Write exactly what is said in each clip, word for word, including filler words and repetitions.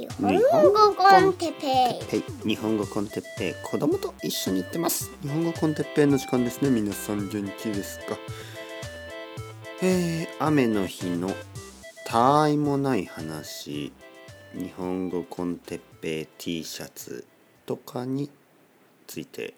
日本語コンテッペイ日本語コンテッペイ子供と一緒に行ってます。日本語コンテッペイの時間ですね。皆さん元気ですか？えー、雨の日のたわいもない話、日本語コンテッペイ T シャツとかについて。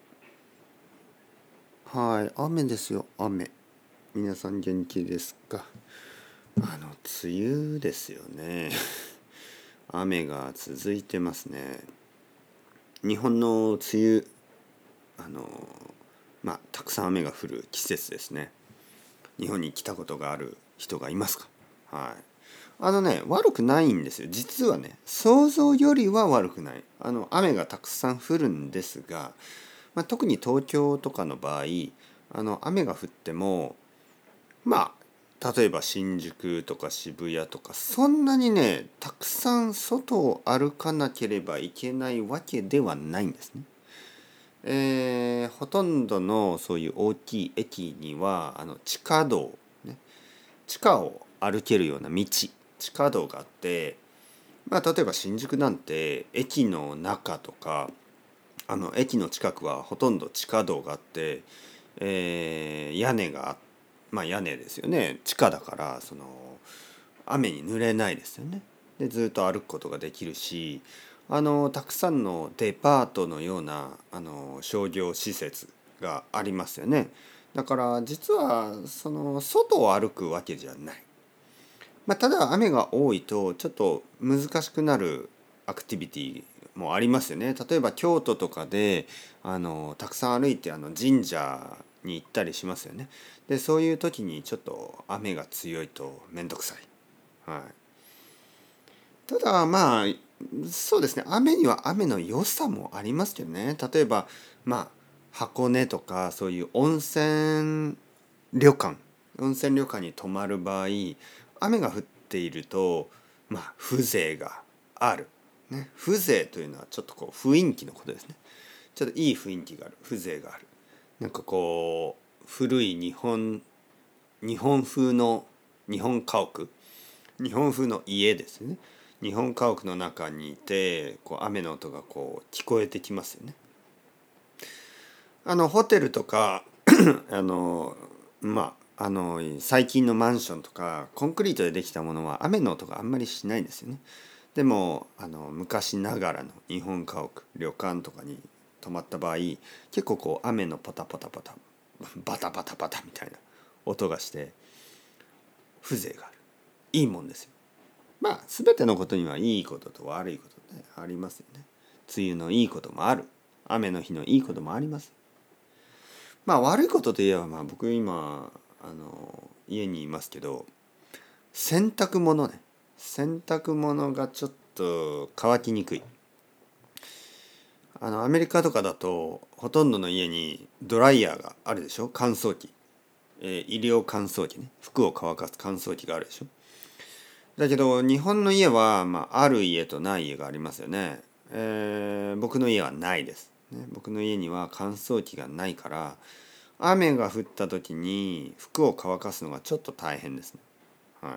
はい、雨ですよ、雨。皆さん元気ですか？あの梅雨ですよね。雨が続いてますね。日本の梅雨、あのまあたくさん雨が降る季節ですね。日本に来たことがある人がいますか？はい。あのね、悪くないんですよ。実はね、想像よりは悪くない。あの雨がたくさん降るんですが、まあ、特に東京とかの場合、あの雨が降っても、まあ例えば新宿とか渋谷とかそんなにねたくさん外を歩かなければいけないわけではないんですね。えー、ほとんどのそういう大きい駅にはあの地下道、ね、地下を歩けるような道、地下道があって、まあ、例えば新宿なんて駅の中とかあの駅の近くはほとんど地下道があって、えー、屋根がまあ屋根ですよね。地下だからその雨に濡れないですよね。でずっと歩くことができるし、あのたくさんのデパートのようなあの商業施設がありますよね。だから実はその外を歩くわけじゃない。まあ、ただ雨が多いとちょっと難しくなるアクティビティもありますよね。例えば京都とかであのたくさん歩いてあの神社に行ったりしますよね。でそういう時にちょっと雨が強いと面倒くさい。はい、ただまあそうですね、雨には雨の良さもありますけどね。例えばまあ箱根とかそういう温泉旅館温泉旅館に泊まる場合、雨が降っているとまあ風情がある、ね、風情というのはちょっとこう雰囲気のことですね。ちょっといい雰囲気がある、風情がある。なんかこう古い日本日本風の日本家屋日本風の家ですね。日本家屋の中にいてこう雨の音がこう聞こえてきますよね。あのホテルとかあのまああの最近のマンションとかコンクリートでできたものは雨の音があんまりしないんですよね。でもあの昔ながらの日本家屋旅館とかに泊まった場合、結構こう雨のポタポタポタバタバタバタみたいな音がして風情がある、いいもんですよ。まあ全てのことにはいいことと悪いことねありますよね。梅雨のいいこともある、雨の日のいいこともあります。まあ悪いことといえば、まあ僕今あの家にいますけど、洗濯物ね洗濯物がちょっと乾きにくい。あのアメリカとかだとほとんどの家にドライヤーがあるでしょ。乾燥機、えー、医療乾燥機ね、服を乾かす乾燥機があるでしょ。だけど日本の家は、まあ、ある家とない家がありますよね。えー、僕の家はないです、ね。僕の家には乾燥機がないから雨が降った時に服を乾かすのがちょっと大変ですね。はい、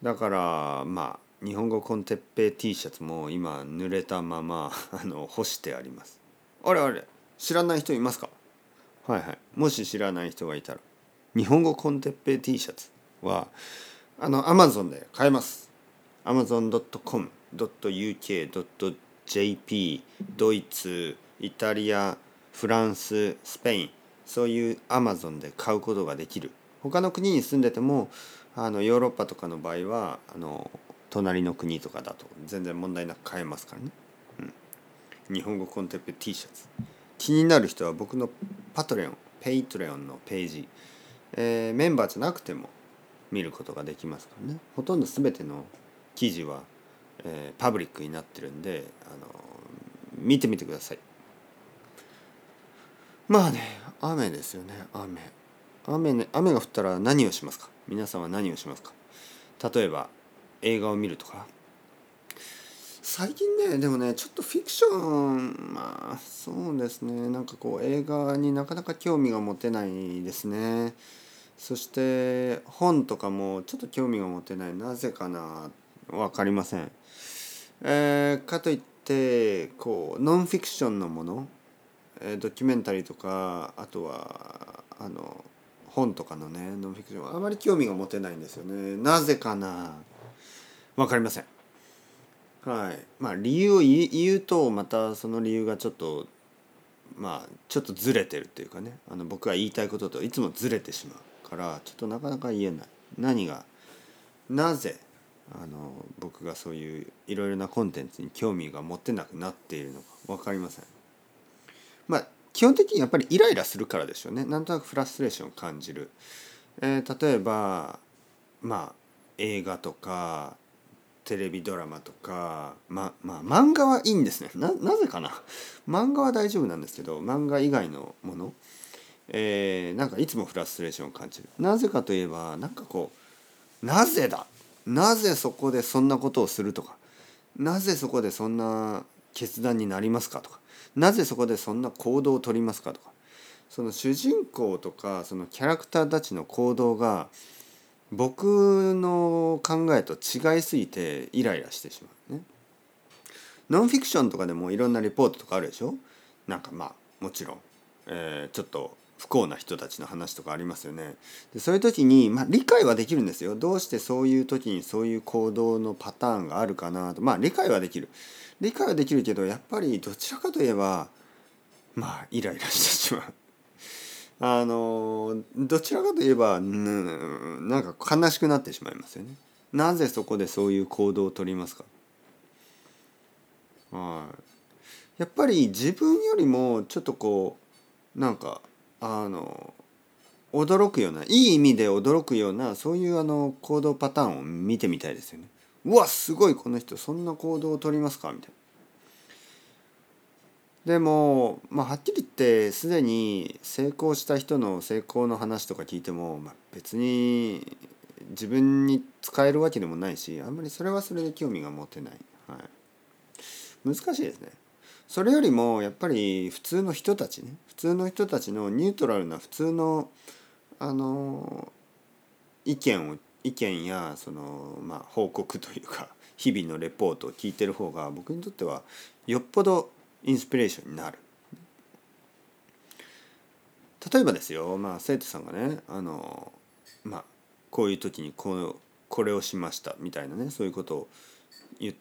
だからまあ日本語コンテッペイ T シャツも今濡れたままあの干してあります。あれあれ、知らない人いますか？はいはい、もし知らない人がいたら、日本語コンテッペイ T シャツはあの Amazon で買えます。アマゾンドットコムドットユーケードットジェーピー、ドイツ、イタリア、フランス、スペイン、そういう Amazon で買うことができる。他の国に住んでてもあのヨーロッパとかの場合はあの隣の国とかだと全然問題なく買えますからね。うん、日本語コンテッペ T シャツ気になる人は僕のパトレオンペイトレオンのページ、えー、メンバーじゃなくても見ることができますからね。ほとんど全ての記事は、えー、パブリックになってるんで、あの見てみてください。まあね、雨ですよね。雨雨ね雨が降ったら何をしますか？皆さんは何をしますか？例えば映画を見るとか。最近ねでもねちょっとフィクション、まあそうですね、なんかこう映画になかなか興味が持てないですね。そして本とかもちょっと興味が持てない。なぜかな、分かりません。 えー、かといってこうノンフィクションのもの、えー、ドキュメンタリーとかあとはあの本とかのねノンフィクションはあまり興味が持てないんですよね。なぜかな、わかりません。はい。まあ理由を言言うとまたその理由がちょっとまあちょっとずれてるっていうかね、あの僕が言いたいことといつもずれてしまうからちょっとなかなか言えない。何がなぜあの僕がそういういろいろなコンテンツに興味が持てなくなっているのか分かりません。まあ基本的にやっぱりイライラするからでしょうね。なんとなくフラストレーションを感じる。えー、例えばまあ映画とかテレビドラマとか、ま、まあ漫画はいいんですね。な、なぜかな。漫画は大丈夫なんですけど、漫画以外のもの、えー、なんかいつもフラストレーションを感じる。なぜかといえば、なんかこう、なぜだなぜそこでそんなことをするとか、なぜそこでそんな決断になりますかとか、なぜそこでそんな行動を取りますかとか、その主人公とかそのキャラクターたちの行動が僕の考えと違いすぎてイライラしてしまうね。ノンフィクションとかでもいろんなレポートとかあるでしょ。なんかまあもちろん、えーちょっと不幸な人たちの話とかありますよね。でそういう時に、まあ、理解はできるんですよ。どうしてそういう時にそういう行動のパターンがあるかなと、まあ理解はできる。理解はできるけどやっぱりどちらかといえばまあイライラしてしまう。あのどちらかといえばんなんか悲しくなってしまいますよね。なぜそこでそういう行動を取りますか。はい。やっぱり自分よりもちょっとこうなんかあの驚くようないい意味で驚くようなそういうあの行動パターンを見てみたいですよね。うわすごいこの人そんな行動を取りますかみたいな。でも、まあ、はっきり言ってすでに成功した人の成功の話とか聞いても、まあ、別に自分に使えるわけでもないしあんまりそれはそれで興味が持てない、はい、難しいですね。それよりもやっぱり普通の人たちね普通の人たちのニュートラルな普通のあの意見を意見やその、まあ、報告というか日々のレポートを聞いてる方が僕にとってはよっぽどインスピレーションになる。例えばですよ、まあ、生徒さんがねあの、まあ、こういう時にこうこれをしましたみたいなねそういうことを言って、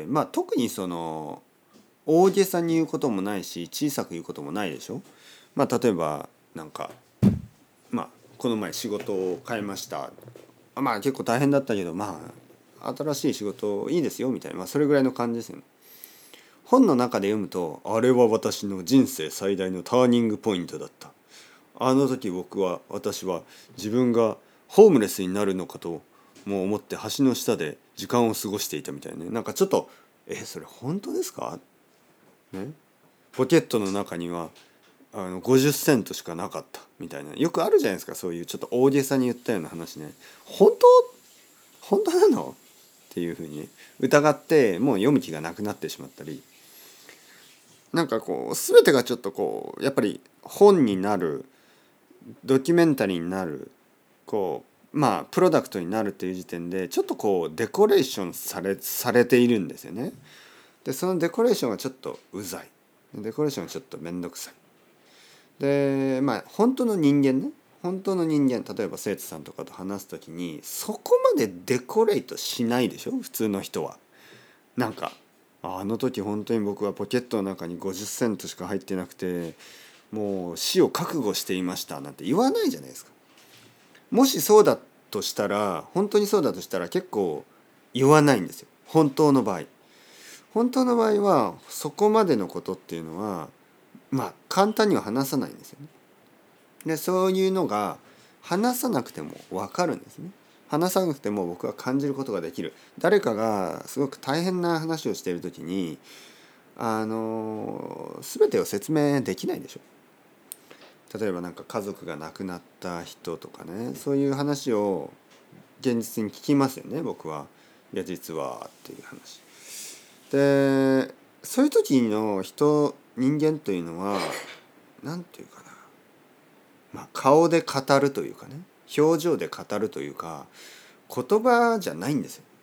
まあ、特にその大げさに言うこともないし小さく言うこともないでしょ。まあ、例えばなんか、まあ、この前仕事を変えました。まあ結構大変だったけどまあ新しい仕事いいですよみたいな、まあ、それぐらいの感じですよね。本の中で読むとあれは私の人生最大のターニングポイントだった。あの時僕は私は自分がホームレスになるのかともう思って橋の下で時間を過ごしていたみたいなね。なんかちょっとえそれ本当ですか、ね、ポケットの中にはあのごじゅっセントしかなかったみたいなよくあるじゃないですか。そういうちょっと大げさに言ったような話ね。本当本当なのっていうふうに疑ってもう読む気がなくなってしまったり、なんかこう全てがちょっとこうやっぱり本になるドキュメンタリーになるこうまあプロダクトになるっていう時点でちょっとこうデコレーションされされているんですよね。でそのデコレーションがちょっとうざい、デコレーションがちょっと面倒くさい。でまあ本当の人間ね本当の人間例えば生徒さんとかと話す時にそこまでデコレートしないでしょ普通の人は。なんかあの時本当に僕はポケットの中にごじゅっセントしか入ってなくてもう死を覚悟していましたなんて言わないじゃないですか。もしそうだとしたら本当にそうだとしたら結構言わないんですよ本当の場合。本当の場合はそこまでのことっていうのはまあ簡単には話さないんですよね。でそういうのが話さなくても分かるんですね。話さなくても僕は感じることができる。誰かがすごく大変な話をしている時にあの全てを説明できないでしょ。例えばなんか家族が亡くなった人とかねそういう話を現実に聞きますよね僕は。いや実はっていう話でそういう時の人人間というのは何て言うかな、まあ、顔で語るというかね表情で語るというか言葉じゃないんですよ。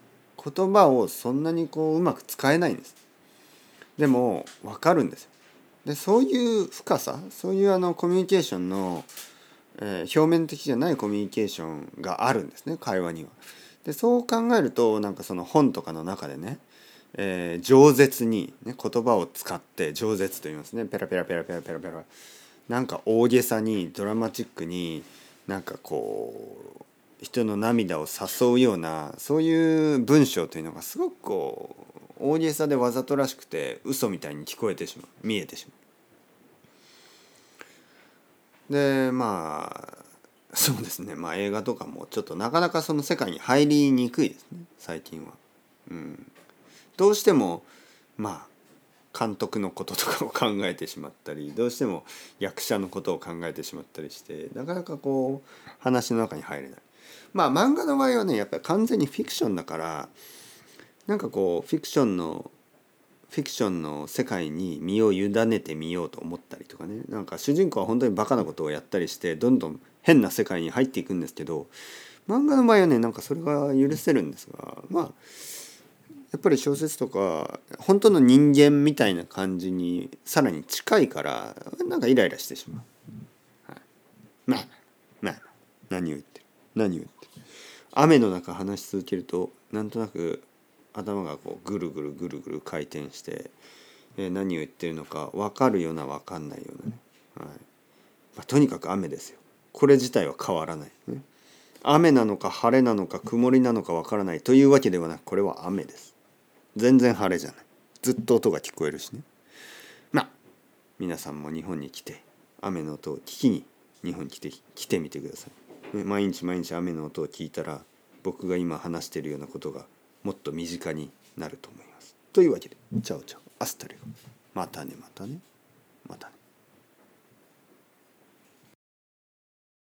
言葉をそんなにこううまく使えないんです。でも分かるんですよ。でそういう深さ、そういうあのコミュニケーションの、えー、表面的じゃないコミュニケーションがあるんですね、会話には。でそう考えるとなんかその本とかの中でね、えー、饒舌に、ね、言葉を使って饒舌と言いますね。ペラペラペラペラペラペラ、なんか大げさにドラマチックになんかこう人の涙を誘うようなそういう文章というのがすごくこう大げさでわざとらしくて嘘みたいに聞こえてしまう、見えてしまう。でまあそうですね、まあ映画とかもちょっとなかなかその世界に入りにくいですね最近は。うん、どうしてもまあ監督のこととかを考えてしまったり、どうしても役者のことを考えてしまったりして、なかなかこう話の中に入れない。まあ漫画の場合はねやっぱり完全にフィクションだから、なんかこうフィクションのフィクションの世界に身を委ねてみようと思ったりとかね、なんか主人公は本当にバカなことをやったりしてどんどん変な世界に入っていくんですけど、漫画の場合はねなんかそれが許せるんですが、まあやっぱり小説とか本当の人間みたいな感じにさらに近いからなんかイライラしてしまう。はい、まあまあ何を言ってる何を言ってる。雨の中話し続けるとなんとなく頭がこうぐるぐるぐるぐる回転して、えー、何を言ってるのか分かるような分かんないようなね、はい、まあ、とにかく雨ですよ。これ自体は変わらないね。雨なのか晴れなのか曇りなのか分からないというわけではなく、これは雨です。全然晴れじゃない。ずっと音が聞こえるしね。まあ皆さんも日本に来て雨の音を聞きに日本に来て来てみてください。毎日毎日雨の音を聞いたら僕が今話しているようなことがもっと身近になると思います。というわけでチャオチャオアスタレゴ、またねまたねまたね。